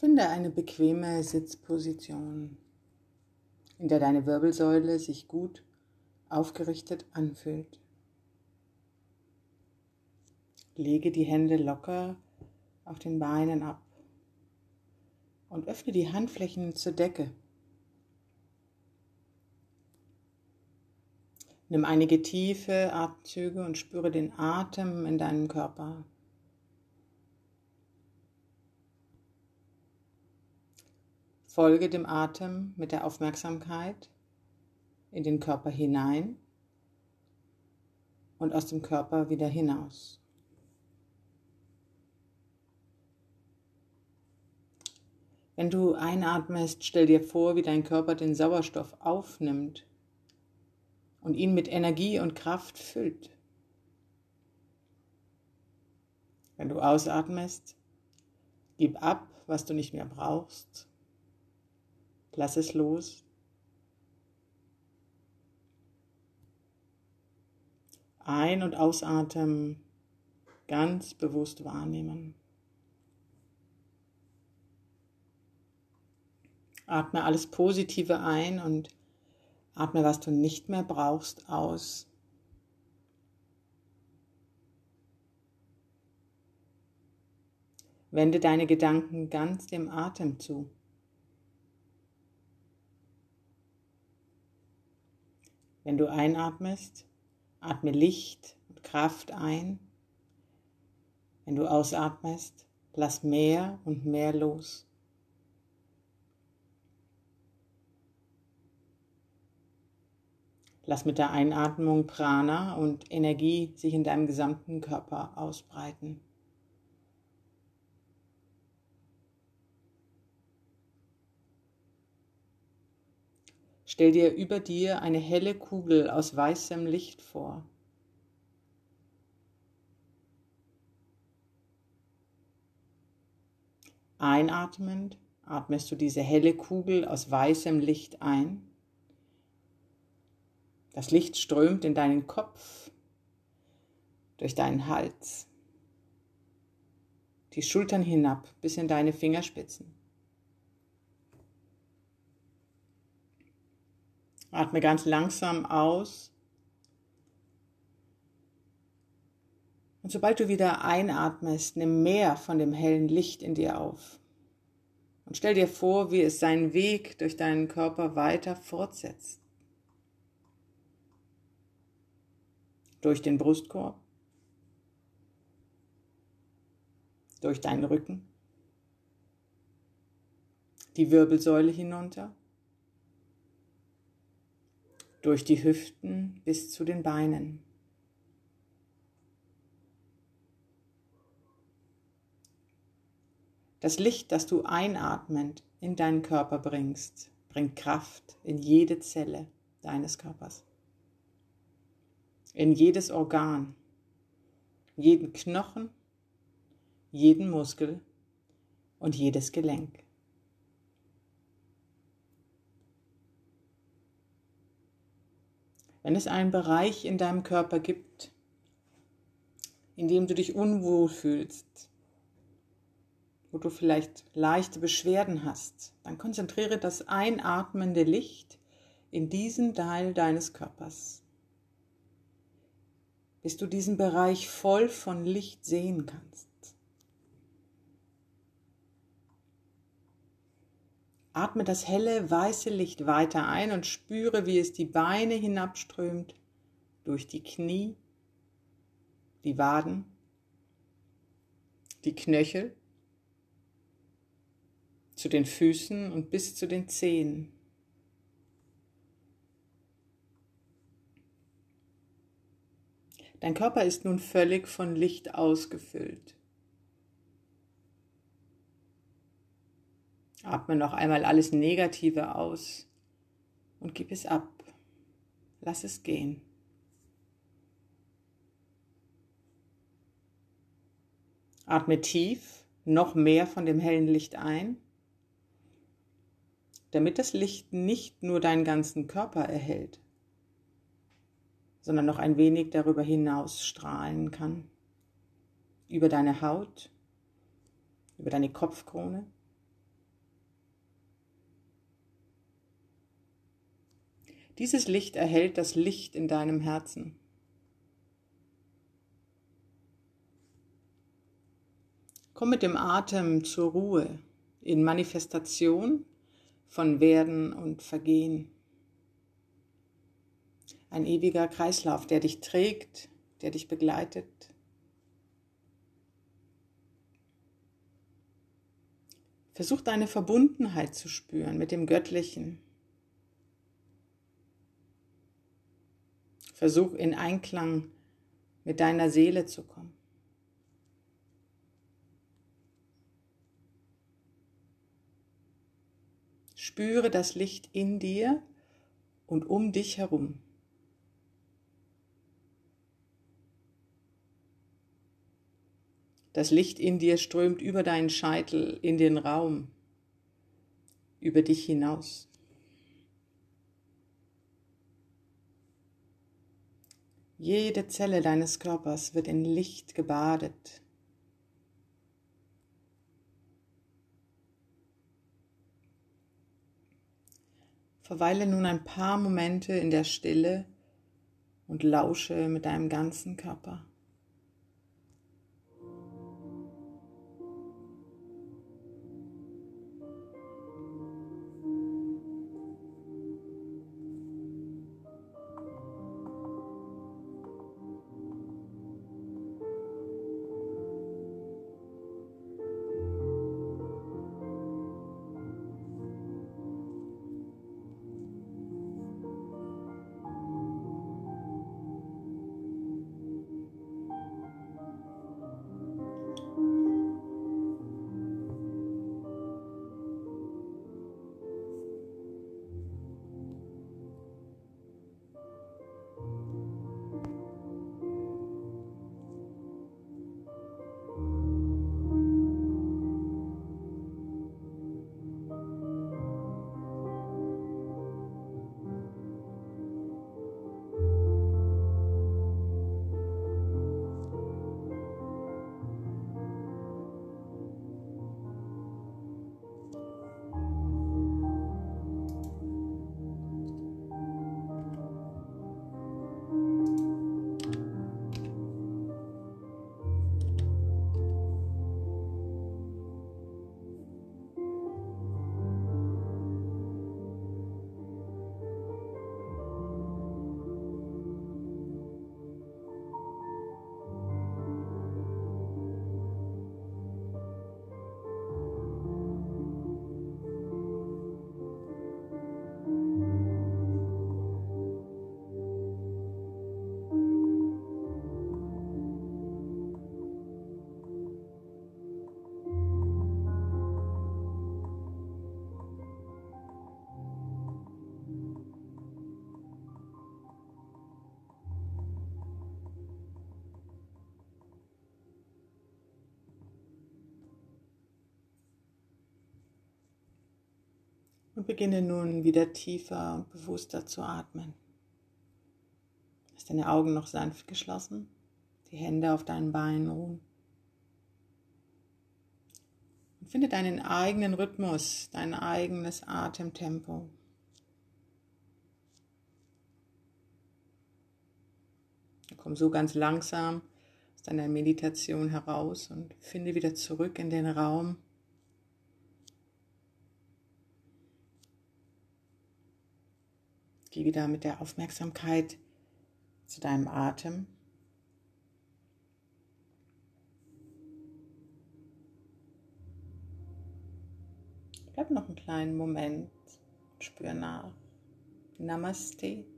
Finde eine bequeme Sitzposition, in der deine Wirbelsäule sich gut aufgerichtet anfühlt. Lege die Hände locker auf den Beinen ab und öffne die Handflächen zur Decke. Nimm einige tiefe Atemzüge und spüre den Atem in deinem Körper. Folge dem Atem mit der Aufmerksamkeit in den Körper hinein und aus dem Körper wieder hinaus. Wenn du einatmest, stell dir vor, wie dein Körper den Sauerstoff aufnimmt und ihn mit Energie und Kraft füllt. Wenn du ausatmest, gib ab, was du nicht mehr brauchst. Lass es los. Ein- und Ausatmen ganz bewusst wahrnehmen. Atme alles Positive ein und atme, was du nicht mehr brauchst, aus. Wende deine Gedanken ganz dem Atem zu. Wenn du einatmest, atme Licht und Kraft ein. Wenn du ausatmest, lass mehr und mehr los. Lass mit der Einatmung Prana und Energie sich in deinem gesamten Körper ausbreiten. Stell dir über dir eine helle Kugel aus weißem Licht vor. Einatmend atmest du diese helle Kugel aus weißem Licht ein. Das Licht strömt in deinen Kopf, durch deinen Hals, die Schultern hinab bis in deine Fingerspitzen. Atme ganz langsam aus. Und sobald du wieder einatmest, nimm mehr von dem hellen Licht in dir auf. Und stell dir vor, wie es seinen Weg durch deinen Körper weiter fortsetzt. Durch den Brustkorb, durch deinen Rücken, die Wirbelsäule hinunter, durch die Hüften bis zu den Beinen. Das Licht, das du einatmend in deinen Körper bringst, bringt Kraft in jede Zelle deines Körpers, in jedes Organ, jeden Knochen, jeden Muskel und jedes Gelenk. Wenn es einen Bereich in deinem Körper gibt, in dem du dich unwohl fühlst, wo du vielleicht leichte Beschwerden hast, dann konzentriere das einatmende Licht in diesen Teil deines Körpers, bis du diesen Bereich voll von Licht sehen kannst. Atme das helle, weiße Licht weiter ein und spüre, wie es die Beine hinabströmt, durch die Knie, die Waden, die Knöchel, zu den Füßen und bis zu den Zehen. Dein Körper ist nun völlig von Licht ausgefüllt. Atme noch einmal alles Negative aus und gib es ab. Lass es gehen. Atme tief, noch mehr von dem hellen Licht ein, damit das Licht nicht nur deinen ganzen Körper erhält, sondern noch ein wenig darüber hinaus strahlen kann. Über deine Haut, über deine Kopfkrone, Dieses Licht erhält das Licht in deinem Herzen. Komm mit dem Atem zur Ruhe in Manifestation von Werden und Vergehen. Ein ewiger Kreislauf, der dich trägt, der dich begleitet. Versuch deine Verbundenheit zu spüren mit dem Göttlichen. Versuch in Einklang mit deiner Seele zu kommen. Spüre das Licht in dir und um dich herum. Das Licht in dir strömt über deinen Scheitel in den Raum, über dich hinaus. Jede Zelle deines Körpers wird in Licht gebadet. Verweile nun ein paar Momente in der Stille und lausche mit deinem ganzen Körper. Und beginne nun wieder tiefer und bewusster zu atmen. Lass deine Augen noch sanft geschlossen, die Hände auf deinen Beinen ruhen. Und finde deinen eigenen Rhythmus, dein eigenes Atemtempo. Komm so ganz langsam aus deiner Meditation heraus und finde wieder zurück in den Raum. Geh wieder mit der Aufmerksamkeit zu deinem Atem. Bleib noch einen kleinen Moment und spür nach. Namaste.